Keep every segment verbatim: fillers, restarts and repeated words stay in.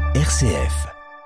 R C F.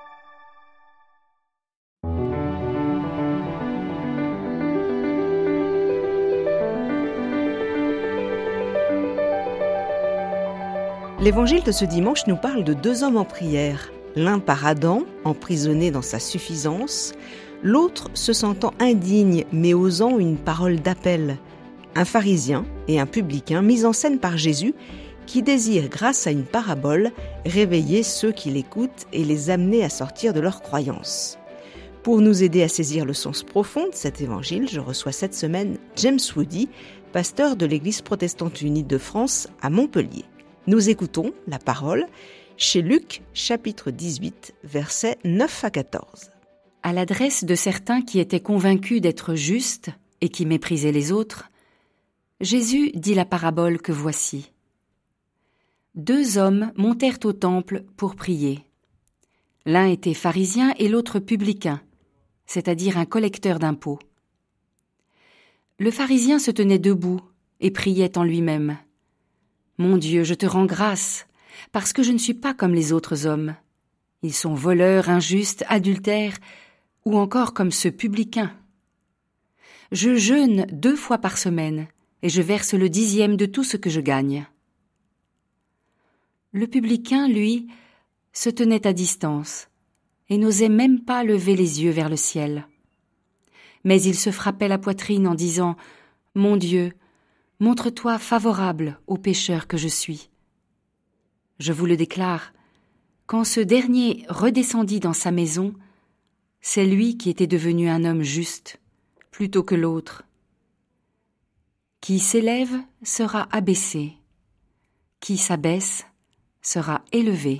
L'évangile de ce dimanche nous parle de deux hommes en prière. L'un par Adam, emprisonné dans sa suffisance, l'autre se sentant indigne mais osant une parole d'appel. Un pharisien et un publicain mis en scène par Jésus qui désire, grâce à une parabole, réveiller ceux qui l'écoutent et les amener à sortir de leur croyance. Pour nous aider à saisir le sens profond de cet évangile, je reçois cette semaine James Woody, pasteur de l'Église protestante unie de France à Montpellier. Nous écoutons la parole chez Luc, chapitre dix-huit, versets neuf à quatorze. À l'adresse de certains qui étaient convaincus d'être justes et qui méprisaient les autres, Jésus dit la parabole que voici. Deux hommes montèrent au temple pour prier. L'un était pharisien et l'autre publicain, c'est-à-dire un collecteur d'impôts. Le pharisien se tenait debout et priait en lui-même. « Mon Dieu, je te rends grâce, parce que je ne suis pas comme les autres hommes. Ils sont voleurs, injustes, adultères, ou encore comme ce publicain. Je jeûne deux fois par semaine, et je verse le dixième de tout ce que je gagne. » Le publicain, lui, se tenait à distance, et n'osait même pas lever les yeux vers le ciel. Mais il se frappait la poitrine en disant « Mon Dieu, montre-toi favorable au pécheur que je suis. » Je vous le déclare, quand ce dernier redescendit dans sa maison, c'est lui qui était devenu un homme juste, plutôt que l'autre. Qui s'élève sera abaissé, qui s'abaisse sera élevé.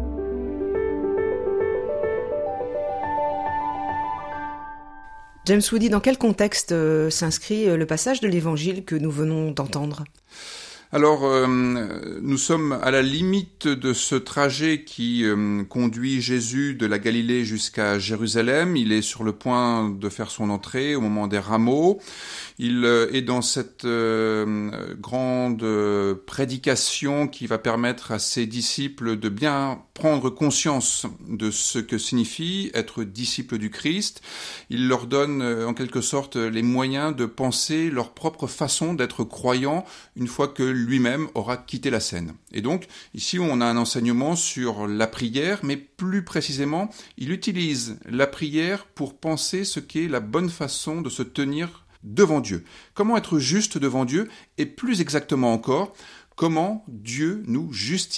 James Woody, dans quel contexte euh, s'inscrit euh, le passage de l'Évangile que nous venons d'entendre ? Alors, euh, nous sommes à la limite de ce trajet qui euh, conduit Jésus de la Galilée jusqu'à Jérusalem. Il est sur le point de faire son entrée au moment des rameaux. Il euh, est dans cette euh, grande euh, prédication qui va permettre à ses disciples de bien prendre conscience de ce que signifie être disciple du Christ. Il leur donne euh, en quelque sorte les moyens de penser leur propre façon d'être croyants une fois que lui-même aura quitté la scène. Et donc, ici, on a un enseignement sur la prière, mais plus précisément, il utilise la prière pour penser ce qu'est la bonne façon de se tenir devant Dieu. Comment être juste devant Dieu, et plus exactement encore, comment Dieu nous justifie-t-il ?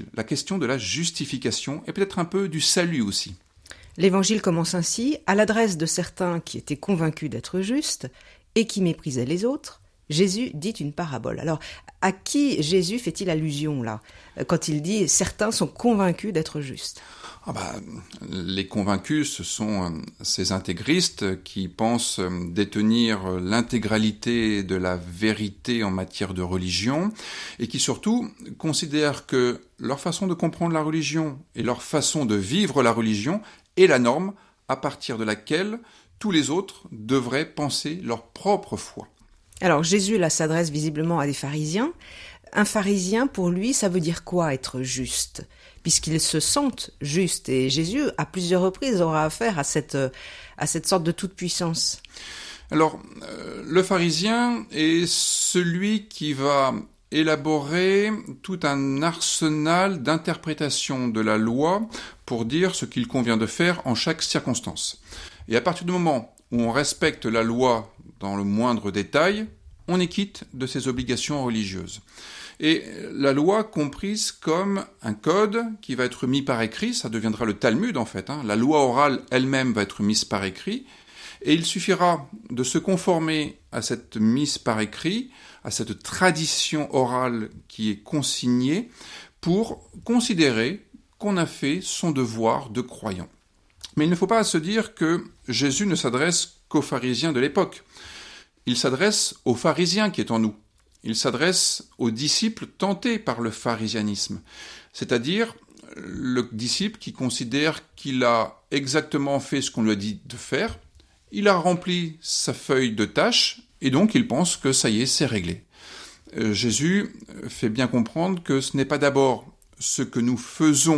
La question de la justification, et peut-être un peu du salut aussi. L'Évangile commence ainsi, à l'adresse de certains qui étaient convaincus d'être justes et qui méprisaient les autres. Jésus dit une parabole. Alors, à qui Jésus fait-il allusion là, quand il dit « certains sont convaincus d'être justes » ? Ah bah, les convaincus, ce sont ces intégristes qui pensent détenir l'intégralité de la vérité en matière de religion et qui surtout considèrent que leur façon de comprendre la religion et leur façon de vivre la religion est la norme à partir de laquelle tous les autres devraient penser leur propre foi. Alors Jésus là s'adresse visiblement à des pharisiens. Un pharisien, pour lui, ça veut dire quoi être juste ? Puisqu'ils se sentent justes. Et Jésus, à plusieurs reprises, aura affaire à cette, à cette sorte de toute-puissance. Alors, euh, le pharisien est celui qui va élaborer tout un arsenal d'interprétation de la loi pour dire ce qu'il convient de faire en chaque circonstance. Et à partir du moment où on respecte la loi dans le moindre détail, on est quitte de ses obligations religieuses. Et la loi comprise comme un code qui va être mis par écrit, ça deviendra le Talmud en fait, hein. La loi orale elle-même va être mise par écrit, et il suffira de se conformer à cette mise par écrit, à cette tradition orale qui est consignée, pour considérer qu'on a fait son devoir de croyant. Mais il ne faut pas se dire que Jésus ne s'adresse qu'aux pharisiens de l'époque. Il s'adresse aux pharisiens qui est en nous. Il s'adresse aux disciples tentés par le pharisianisme, c'est-à-dire le disciple qui considère qu'il a exactement fait ce qu'on lui a dit de faire, il a rempli sa feuille de tâches, et donc il pense que ça y est, c'est réglé. Euh, Jésus fait bien comprendre que ce n'est pas d'abord ce que nous faisons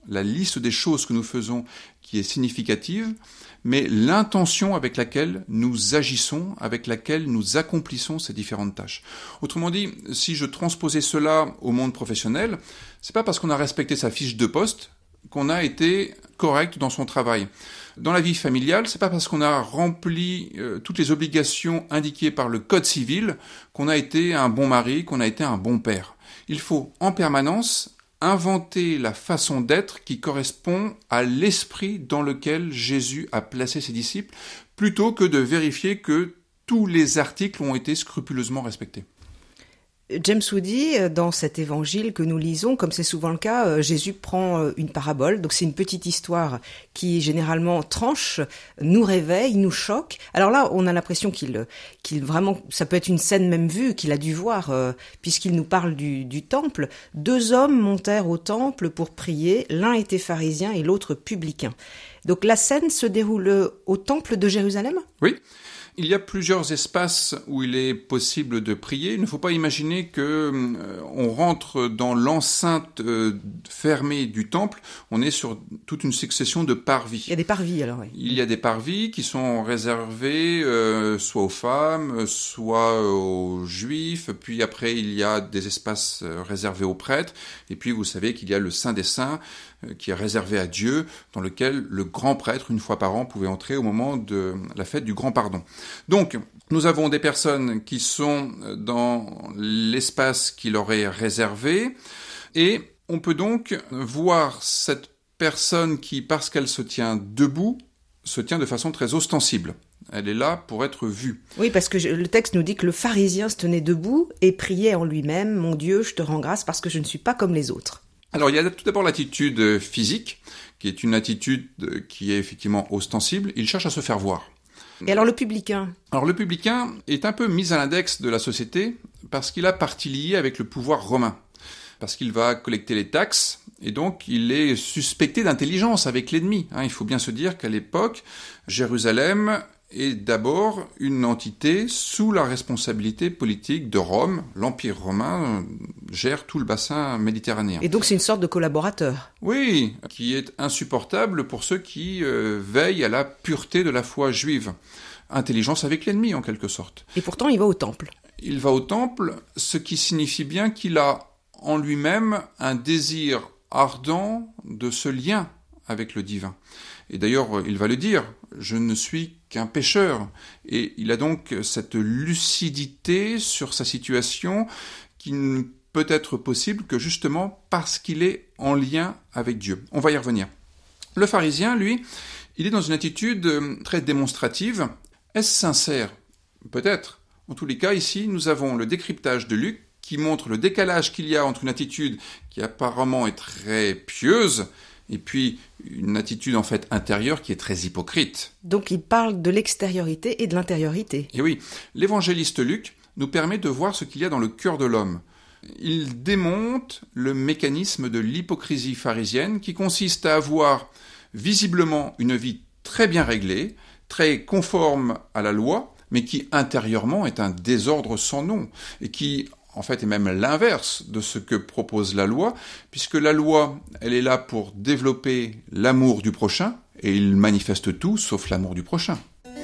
la liste des choses que nous faisons qui est significative, mais l'intention avec laquelle nous agissons, avec laquelle nous accomplissons ces différentes tâches. Autrement dit, si je transposais cela au monde professionnel, c'est pas parce qu'on a respecté sa fiche de poste qu'on a été correct dans son travail. Dans la vie familiale, c'est pas parce qu'on a rempli euh, toutes les obligations indiquées par le code civil qu'on a été un bon mari, qu'on a été un bon père. Il faut en permanence inventer la façon d'être qui correspond à l'esprit dans lequel Jésus a placé ses disciples, plutôt que de vérifier que tous les articles ont été scrupuleusement respectés. James Woody, dans cet évangile que nous lisons, comme c'est souvent le cas, Jésus prend une parabole, donc c'est une petite histoire qui généralement tranche, nous réveille, nous choque. Alors là, on a l'impression qu'il, qu'il vraiment, ça peut être une scène même vue, qu'il a dû voir, euh, puisqu'il nous parle du, du temple. Deux hommes montèrent au temple pour prier, l'un était pharisien et l'autre publicain. Donc la scène se déroule au temple de Jérusalem ? Oui. Il y a plusieurs espaces où il est possible de prier. Il ne faut pas imaginer que euh, on rentre dans l'enceinte euh, fermée du temple. On est sur toute une succession de parvis. Il y a des parvis alors, oui. Il y a des parvis qui sont réservés euh, soit aux femmes, soit aux juifs. Puis après, il y a des espaces réservés aux prêtres. Et puis, vous savez qu'il y a le Saint des Saints euh, qui est réservé à Dieu, dans lequel le grand prêtre, une fois par an, pouvait entrer au moment de la fête du Grand Pardon. Donc, nous avons des personnes qui sont dans l'espace qui leur est réservé, et on peut donc voir cette personne qui, parce qu'elle se tient debout, se tient de façon très ostensible. Elle est là pour être vue. Oui, parce que je, le texte nous dit que le pharisien se tenait debout et priait en lui-même « Mon Dieu, je te rends grâce parce que je ne suis pas comme les autres ». Alors, il y a tout d'abord l'attitude physique, qui est une attitude qui est effectivement ostensible. Il cherche à se faire voir. Et alors le publicain ? Alors le publicain est un peu mis à l'index de la société parce qu'il a partie liée avec le pouvoir romain, parce qu'il va collecter les taxes et donc il est suspecté d'intelligence avec l'ennemi. Hein, il faut bien se dire qu'à l'époque, Jérusalem est d'abord une entité sous la responsabilité politique de Rome. L'Empire romain gère tout le bassin méditerranéen. Et donc c'est une sorte de collaborateur. Oui, qui est insupportable pour ceux qui euh, veillent à la pureté de la foi juive. Intelligence avec l'ennemi, en quelque sorte. Et pourtant, il va au temple. Il va au temple, ce qui signifie bien qu'il a en lui-même un désir ardent de ce lien avec le divin. Et d'ailleurs, il va le dire, je ne suis qu'un pécheur. Et il a donc cette lucidité sur sa situation qui ne peut être possible que justement parce qu'il est en lien avec Dieu. On va y revenir. Le pharisien, lui, il est dans une attitude très démonstrative. Est-ce sincère ? Peut-être. En tous les cas, ici, nous avons le décryptage de Luc qui montre le décalage qu'il y a entre une attitude qui apparemment est très pieuse et puis une attitude en fait intérieure qui est très hypocrite. Donc il parle de l'extériorité et de l'intériorité. Et oui, l'évangéliste Luc nous permet de voir ce qu'il y a dans le cœur de l'homme. Il démonte le mécanisme de l'hypocrisie pharisienne qui consiste à avoir visiblement une vie très bien réglée, très conforme à la loi, mais qui intérieurement est un désordre sans nom et qui en fait est même l'inverse de ce que propose la loi, puisque la loi, elle est là pour développer l'amour du prochain, et il manifeste tout sauf l'amour du prochain.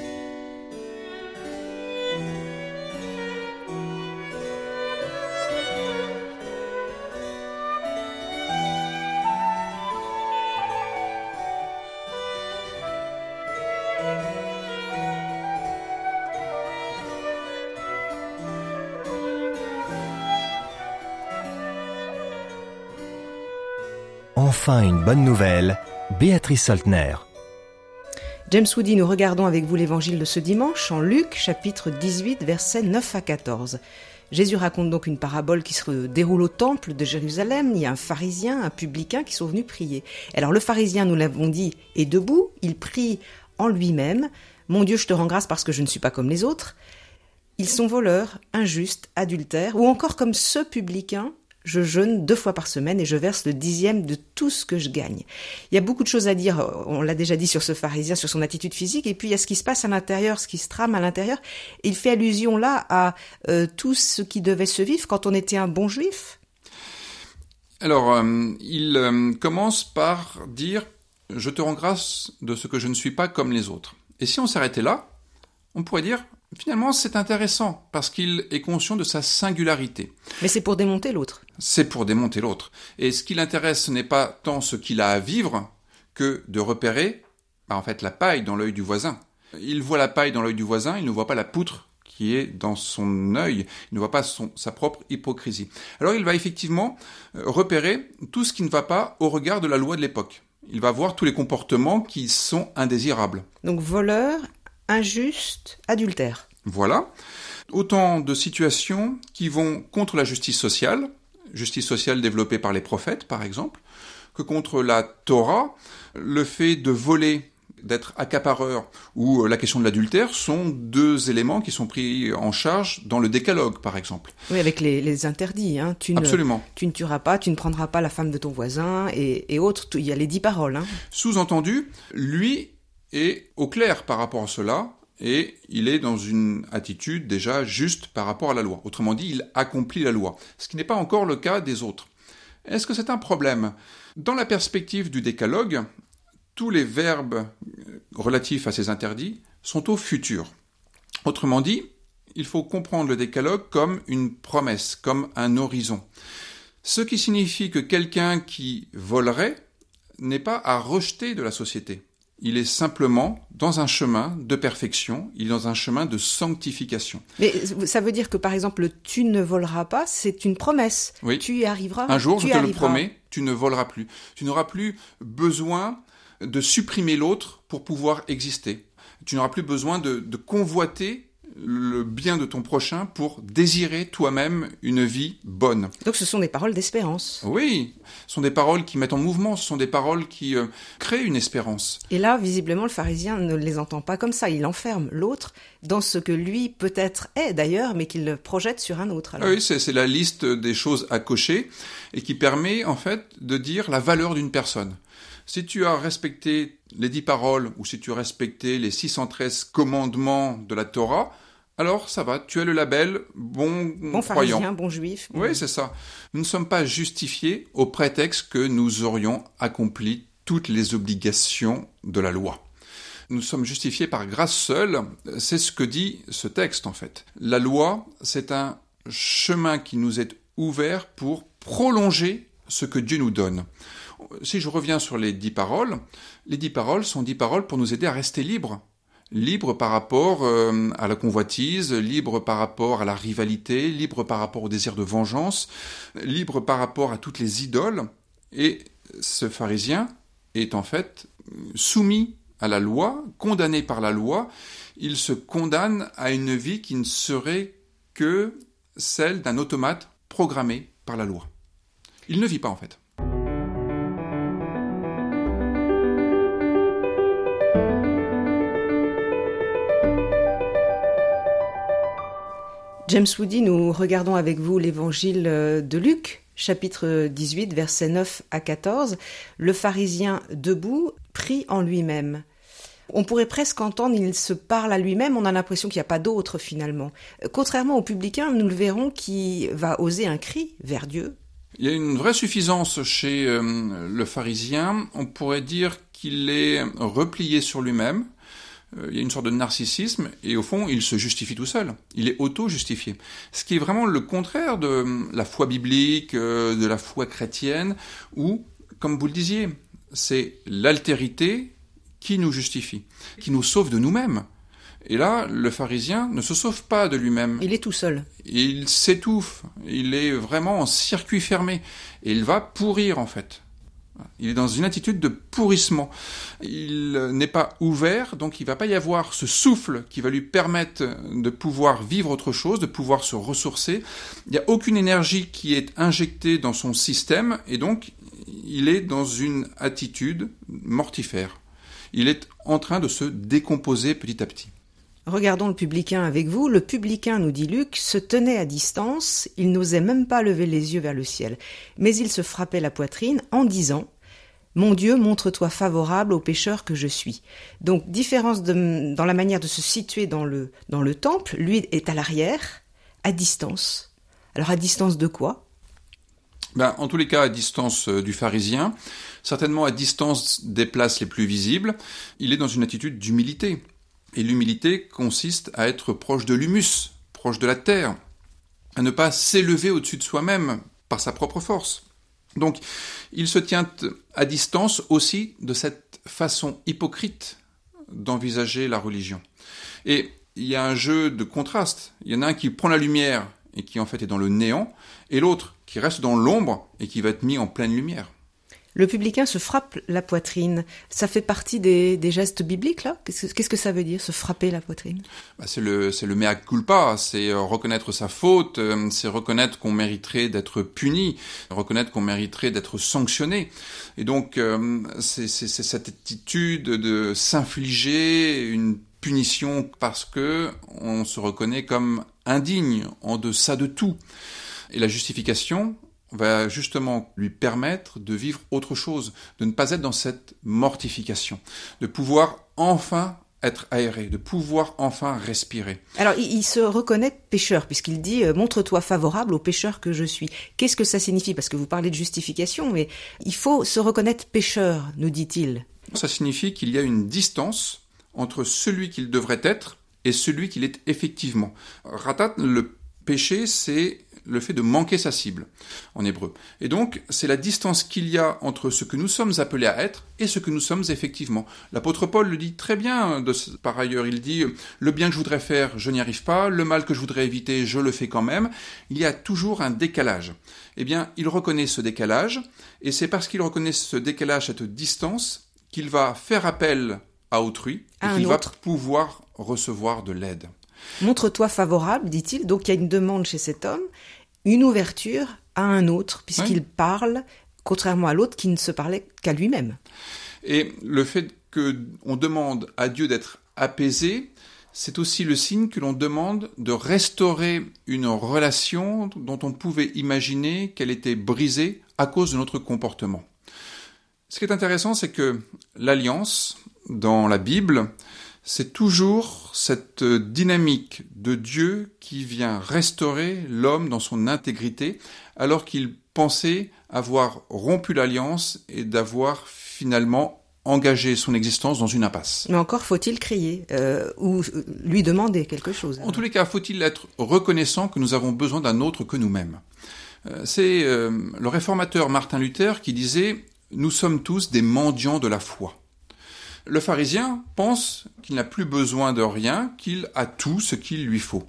Enfin une bonne nouvelle, Béatrice Soltner. James Woody, nous regardons avec vous l'évangile de ce dimanche en Luc, chapitre dix-huit, versets neuf à quatorze. Jésus raconte donc une parabole qui se déroule au temple de Jérusalem. Il y a un pharisien, un publicain qui sont venus prier. Alors le pharisien, nous l'avons dit, est debout, il prie en lui-même. « Mon Dieu, je te rends grâce parce que je ne suis pas comme les autres. » Ils sont voleurs, injustes, adultères, ou encore comme ce publicain, je jeûne deux fois par semaine et je verse le dixième de tout ce que je gagne. Il y a beaucoup de choses à dire, on l'a déjà dit sur ce pharisien, sur son attitude physique, et puis il y a ce qui se passe à l'intérieur, ce qui se trame à l'intérieur. Il fait allusion là à euh, tout ce qui devait se vivre quand on était un bon juif. Alors, euh, il euh, commence par dire « Je te rends grâce de ce que je ne suis pas comme les autres ». Et si on s'arrêtait là, on pourrait dire « Finalement, c'est intéressant, parce qu'il est conscient de sa singularité. » Mais c'est pour démonter l'autre. C'est pour démonter l'autre. Et ce qui l'intéresse, ce n'est pas tant ce qu'il a à vivre, que de repérer, bah, en fait, la paille dans l'œil du voisin. Il voit la paille dans l'œil du voisin, il ne voit pas la poutre qui est dans son œil, il ne voit pas son, sa propre hypocrisie. Alors il va effectivement repérer tout ce qui ne va pas au regard de la loi de l'époque. Il va voir tous les comportements qui sont indésirables. Donc voleur, injuste, adultère. Voilà. Autant de situations qui vont contre la justice sociale, justice sociale développée par les prophètes par exemple, que contre la Torah, le fait de voler, d'être accapareur ou la question de l'adultère sont deux éléments qui sont pris en charge dans le décalogue, par exemple. Oui, avec les, les interdits. Hein. Tu Absolument. Ne, tu ne tueras pas, tu ne prendras pas la femme de ton voisin et, et autres. Il y a les dix paroles. Hein. Sous-entendu, lui est au clair par rapport à cela et il est dans une attitude déjà juste par rapport à la loi. Autrement dit, il accomplit la loi, ce qui n'est pas encore le cas des autres. Est-ce que c'est un problème ? Dans la perspective du décalogue, tous les verbes relatifs à ces interdits sont au futur. Autrement dit, il faut comprendre le décalogue comme une promesse, comme un horizon. Ce qui signifie que quelqu'un qui volerait n'est pas à rejeter de la société. Il est simplement dans un chemin de perfection, il est dans un chemin de sanctification. Mais ça veut dire que, par exemple, le « tu ne voleras pas », c'est une promesse. Oui. Tu y arriveras. Un jour, tu je te arriveras. le promets, tu ne voleras plus. Tu n'auras plus besoin de supprimer l'autre pour pouvoir exister. Tu n'auras plus besoin de, de convoiter le bien de ton prochain pour désirer toi-même une vie bonne. Donc ce sont des paroles d'espérance. Oui, ce sont des paroles qui mettent en mouvement, ce sont des paroles qui euh, créent une espérance. Et là, visiblement, le pharisien ne les entend pas comme ça. Il enferme l'autre dans ce que lui peut-être est d'ailleurs, mais qu'il projette sur un autre. Alors. Oui, c'est, c'est la liste des choses à cocher et qui permet en fait de dire la valeur d'une personne. Si tu as respecté les dix paroles ou si tu as respecté les six cent treize commandements de la Torah, alors ça va, tu as le label bon, bon croyant. Pharisien, bon juif. Oui, c'est ça. Nous ne sommes pas justifiés au prétexte que nous aurions accompli toutes les obligations de la loi. Nous sommes justifiés par grâce seule, c'est ce que dit ce texte en fait. La loi, c'est un chemin qui nous est ouvert pour prolonger ce que Dieu nous donne. Si je reviens sur les dix paroles, les dix paroles sont dix paroles pour nous aider à rester libres. Libres par rapport euh, à la convoitise, libres par rapport à la rivalité, libres par rapport au désir de vengeance, libres par rapport à toutes les idoles. Et ce pharisien est en fait soumis à la loi, condamné par la loi. Il se condamne à une vie qui ne serait que celle d'un automate programmé par la loi. Il ne vit pas en fait. James Woody, nous regardons avec vous l'évangile de Luc, chapitre dix-huit, versets neuf à quatorze. Le pharisien debout prie en lui-même. On pourrait presque entendre, il se parle à lui-même, on a l'impression qu'il n'y a pas d'autre finalement. Contrairement au publicain, nous le verrons, qui va oser un cri vers Dieu. Il y a une vraie suffisance chez euh, le pharisien. On pourrait dire qu'il est replié sur lui-même. Il y a une sorte de narcissisme, et au fond, il se justifie tout seul. Il est auto-justifié. Ce qui est vraiment le contraire de la foi biblique, de la foi chrétienne, où, comme vous le disiez, c'est l'altérité qui nous justifie, qui nous sauve de nous-mêmes. Et là, le pharisien ne se sauve pas de lui-même. Il est tout seul. Il s'étouffe. Il est vraiment en circuit fermé. Et il va pourrir, en fait. Il est dans une attitude de pourrissement. Il n'est pas ouvert, donc il ne va pas y avoir ce souffle qui va lui permettre de pouvoir vivre autre chose, de pouvoir se ressourcer. Il n'y a aucune énergie qui est injectée dans son système, et donc il est dans une attitude mortifère. Il est en train de se décomposer petit à petit. Regardons le publicain avec vous. Le publicain, nous dit Luc, se tenait à distance, il n'osait même pas lever les yeux vers le ciel, mais il se frappait la poitrine en disant « Mon Dieu, montre-toi favorable au pécheur que je suis ». Donc, différence de, dans la manière de se situer dans le, dans le temple, lui est à l'arrière, à distance. Alors, à distance de quoi ? Ben, en tous les cas, à distance euh, du pharisien, certainement à distance des places les plus visibles, il est dans une attitude d'humilité. Et l'humilité consiste à être proche de l'humus, proche de la terre, à ne pas s'élever au-dessus de soi-même par sa propre force. Donc, il se tient à distance aussi de cette façon hypocrite d'envisager la religion. Et il y a un jeu de contraste. Il y en a un qui prend la lumière et qui en fait est dans le néant, et l'autre qui reste dans l'ombre et qui va être mis en pleine lumière. Le publicain se frappe la poitrine. Ça fait partie des, des gestes bibliques, là ? Qu'est-ce que, qu'est-ce que ça veut dire, se frapper la poitrine ? Bah, c'est le, c'est le mea culpa, c'est euh, reconnaître sa faute, euh, c'est reconnaître qu'on mériterait d'être puni, reconnaître qu'on mériterait d'être sanctionné. Et donc, euh, c'est, c'est, c'est cette attitude de s'infliger une punition parce que on se reconnaît comme indigne, en deçà de tout. Et la justification va justement lui permettre de vivre autre chose, de ne pas être dans cette mortification, de pouvoir enfin être aéré, de pouvoir enfin respirer. Alors, il, il se reconnaît pécheur, puisqu'il dit euh, « Montre-toi favorable au pécheur que je suis ». Qu'est-ce que ça signifie ? Parce que vous parlez de justification, mais il faut se reconnaître pécheur, nous dit-il. Ça signifie qu'il y a une distance entre celui qu'il devrait être et celui qu'il est effectivement. Ratat, le péché, c'est le fait de manquer sa cible, en hébreu. Et donc, c'est la distance qu'il y a entre ce que nous sommes appelés à être et ce que nous sommes effectivement. L'apôtre Paul le dit très bien, de, par ailleurs, il dit « Le bien que je voudrais faire, je n'y arrive pas, le mal que je voudrais éviter, je le fais quand même ». Il y a toujours un décalage. Eh bien, il reconnaît ce décalage, et c'est parce qu'il reconnaît ce décalage, cette distance, qu'il va faire appel à autrui, et qu'il va pouvoir recevoir de l'aide. Montre-toi favorable, dit-il. Donc, il y a une demande chez cet homme, une ouverture à un autre, puisqu'il oui. parle, contrairement à l'autre qui ne se parlait qu'à lui-même. Et le fait qu'on demande à Dieu d'être apaisé, c'est aussi le signe que l'on demande de restaurer une relation dont on pouvait imaginer qu'elle était brisée à cause de notre comportement. Ce qui est intéressant, c'est que l'alliance, dans la Bible, c'est toujours cette dynamique de Dieu qui vient restaurer l'homme dans son intégrité, alors qu'il pensait avoir rompu l'alliance et d'avoir finalement engagé son existence dans une impasse. Mais encore faut-il crier euh, ou lui demander quelque chose. En tous les cas, faut-il être reconnaissant que nous avons besoin d'un autre que nous-mêmes. Euh, c'est euh, le réformateur Martin Luther qui disait « Nous sommes tous des mendiants de la foi ». Le pharisien pense qu'il n'a plus besoin de rien, qu'il a tout ce qu'il lui faut.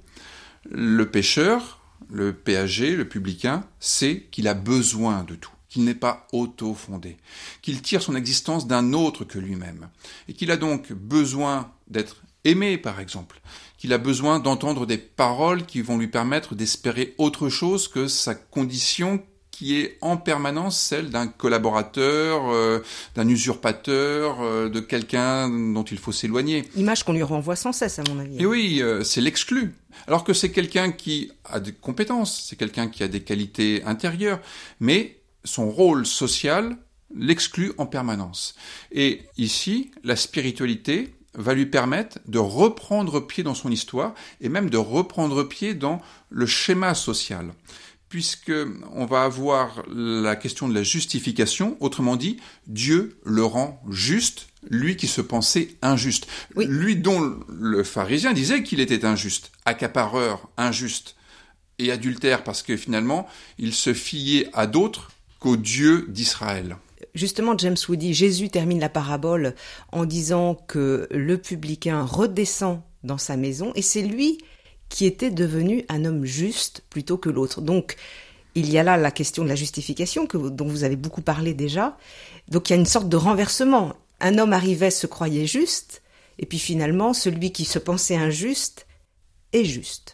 Le pécheur, le péager, le publicain, sait qu'il a besoin de tout, qu'il n'est pas auto-fondé, qu'il tire son existence d'un autre que lui-même, et qu'il a donc besoin d'être aimé, par exemple, qu'il a besoin d'entendre des paroles qui vont lui permettre d'espérer autre chose que sa condition qui est en permanence celle d'un collaborateur, euh, d'un usurpateur, euh, de quelqu'un dont il faut s'éloigner. Image qu'on lui renvoie sans cesse, à mon avis. Et oui, euh, c'est l'exclu. Alors que c'est quelqu'un qui a des compétences, c'est quelqu'un qui a des qualités intérieures, mais son rôle social l'exclut en permanence. Et ici, la spiritualité va lui permettre de reprendre pied dans son histoire et même de reprendre pied dans le schéma social. Puisque on va avoir la question de la justification, autrement dit, Dieu le rend juste, lui qui se pensait injuste. Oui. Lui dont le pharisien disait qu'il était injuste, accapareur, injuste et adultère, parce que finalement, il se fiait à d'autres qu'au Dieu d'Israël. Justement, James Woody, Jésus termine la parabole en disant que le publicain redescend dans sa maison, et c'est lui qui était devenu un homme juste plutôt que l'autre. Donc, il y a là la question de la justification, que, dont vous avez beaucoup parlé déjà. Donc, il y a une sorte de renversement. Un homme arrivait, se croyait juste, et puis finalement, celui qui se pensait injuste est juste.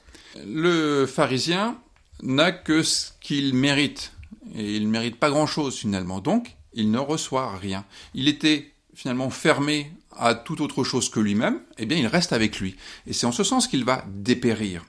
Le pharisien n'a que ce qu'il mérite, et il ne mérite pas grand-chose finalement. Donc, il ne reçoit rien. Il était finalement fermé à toute autre chose que lui-même, eh bien il reste avec lui. Et c'est en ce sens qu'il va dépérir.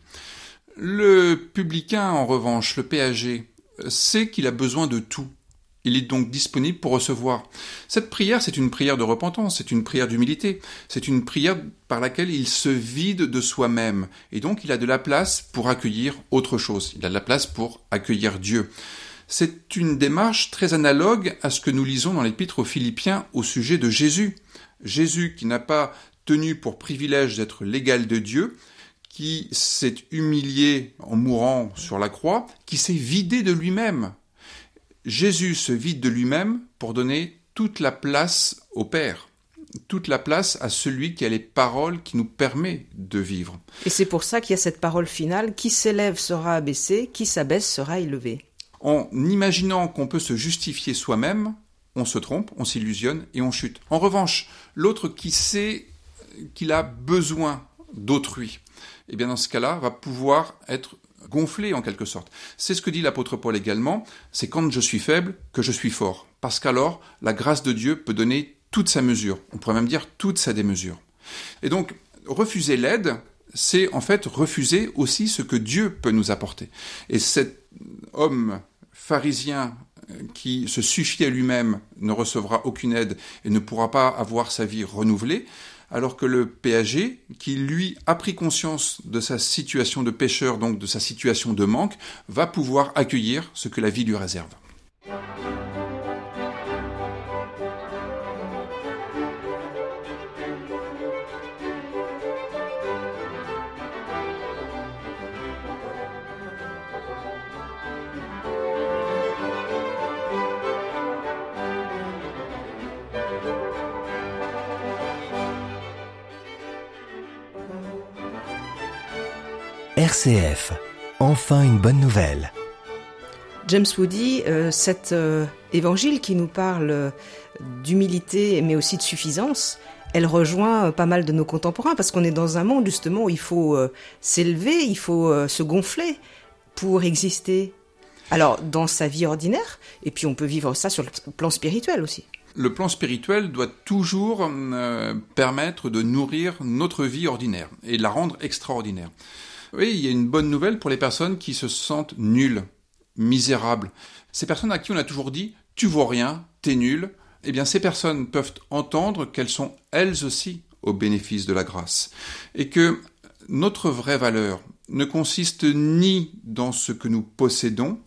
Le publicain, en revanche, le péager, sait qu'il a besoin de tout. Il est donc disponible pour recevoir. Cette prière, c'est une prière de repentance, c'est une prière d'humilité, c'est une prière par laquelle il se vide de soi-même. Et donc il a de la place pour accueillir autre chose. Il a de la place pour accueillir Dieu. C'est une démarche très analogue à ce que nous lisons dans l'Épître aux Philippiens au sujet de Jésus. Jésus qui n'a pas tenu pour privilège d'être l'égal de Dieu, qui s'est humilié en mourant sur la croix, qui s'est vidé de lui-même. Jésus se vide de lui-même pour donner toute la place au Père, toute la place à celui qui a les paroles qui nous permet de vivre. Et c'est pour ça qu'il y a cette parole finale, qui s'élève sera abaissé, qui s'abaisse sera élevé. En imaginant qu'on peut se justifier soi-même, on se trompe, on s'illusionne et on chute. En revanche, l'autre qui sait qu'il a besoin d'autrui, eh bien dans ce cas-là, va pouvoir être gonflé en quelque sorte. C'est ce que dit l'apôtre Paul également, c'est quand je suis faible que je suis fort. Parce qu'alors, la grâce de Dieu peut donner toute sa mesure. On pourrait même dire toute sa démesure. Et donc, refuser l'aide, c'est en fait refuser aussi ce que Dieu peut nous apporter. Et cet homme pharisien qui se suffit à lui-même ne recevra aucune aide et ne pourra pas avoir sa vie renouvelée, alors que le péager, qui lui a pris conscience de sa situation de pécheur, donc de sa situation de manque, va pouvoir accueillir ce que la vie lui réserve. R C F, enfin une bonne nouvelle. James Woody, euh, cet euh, évangile qui nous parle euh, d'humilité mais aussi de suffisance, elle rejoint euh, pas mal de nos contemporains parce qu'on est dans un monde justement où il faut euh, s'élever, il faut euh, se gonfler pour exister. Alors dans sa vie ordinaire, et puis on peut vivre ça sur le plan spirituel aussi. Le plan spirituel doit toujours euh, permettre de nourrir notre vie ordinaire et de la rendre extraordinaire. Oui, il y a une bonne nouvelle pour les personnes qui se sentent nulles, misérables. Ces personnes à qui on a toujours dit « tu vaux rien, t'es nul », eh bien ces personnes peuvent entendre qu'elles sont elles aussi au bénéfice de la grâce. Et que notre vraie valeur ne consiste ni dans ce que nous possédons,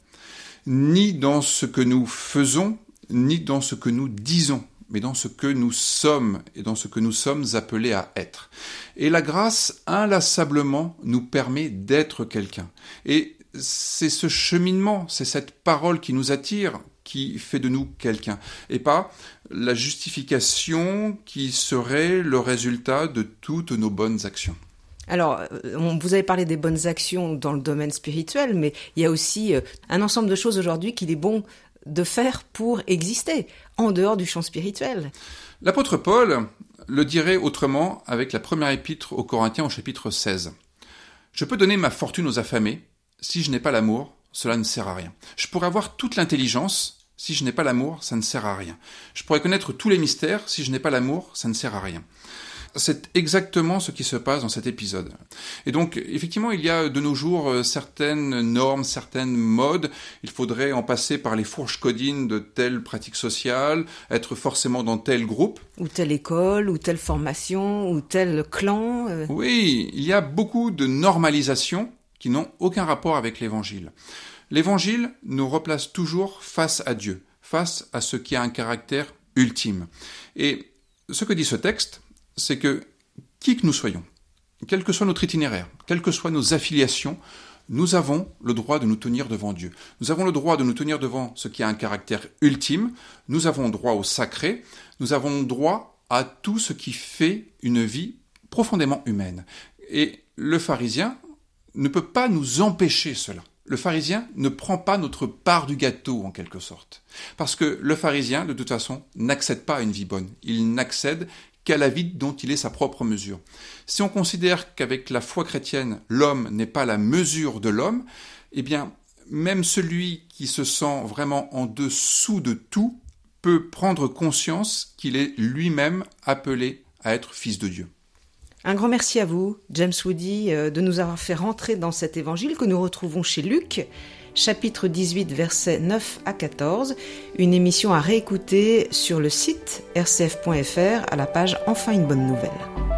ni dans ce que nous faisons, ni dans ce que nous disons, mais dans ce que nous sommes et dans ce que nous sommes appelés à être. Et la grâce, inlassablement, nous permet d'être quelqu'un. Et c'est ce cheminement, c'est cette parole qui nous attire, qui fait de nous quelqu'un, et pas la justification qui serait le résultat de toutes nos bonnes actions. Alors, vous avez parlé des bonnes actions dans le domaine spirituel, mais il y a aussi un ensemble de choses aujourd'hui qu'il est bon de faire pour exister, en dehors du champ spirituel. L'apôtre Paul le dirait autrement avec la première épître aux Corinthiens au chapitre seize. « Je peux donner ma fortune aux affamés, si je n'ai pas l'amour, cela ne sert à rien. Je pourrais avoir toute l'intelligence, si je n'ai pas l'amour, ça ne sert à rien. Je pourrais connaître tous les mystères, si je n'ai pas l'amour, ça ne sert à rien. » C'est exactement ce qui se passe dans cet épisode. Et donc, effectivement, il y a de nos jours certaines normes, certaines modes. Il faudrait en passer par les fourches codines de telle pratique sociale, être forcément dans tel groupe. Ou telle école, ou telle formation, ou tel clan. Euh... Oui, il y a beaucoup de normalisations qui n'ont aucun rapport avec l'Évangile. L'Évangile nous replace toujours face à Dieu, face à ce qui a un caractère ultime. Et ce que dit ce texte, c'est que, qui que nous soyons, quel que soit notre itinéraire, quelles que soient nos affiliations, nous avons le droit de nous tenir devant Dieu. Nous avons le droit de nous tenir devant ce qui a un caractère ultime, nous avons droit au sacré, nous avons droit à tout ce qui fait une vie profondément humaine. Et le pharisien ne peut pas nous empêcher cela. Le pharisien ne prend pas notre part du gâteau, en quelque sorte. Parce que le pharisien, de toute façon, n'accède pas à une vie bonne. Il n'accède qu'à la vie dont il est sa propre mesure. Si on considère qu'avec la foi chrétienne, l'homme n'est pas la mesure de l'homme, eh bien, même celui qui se sent vraiment en dessous de tout peut prendre conscience qu'il est lui-même appelé à être fils de Dieu. Un grand merci à vous, James Woody, de nous avoir fait rentrer dans cet évangile que nous retrouvons chez Luc, chapitre dix-huit, versets neuf à quatorze, une émission à réécouter sur le site r c f point f r à la page Enfin une bonne nouvelle.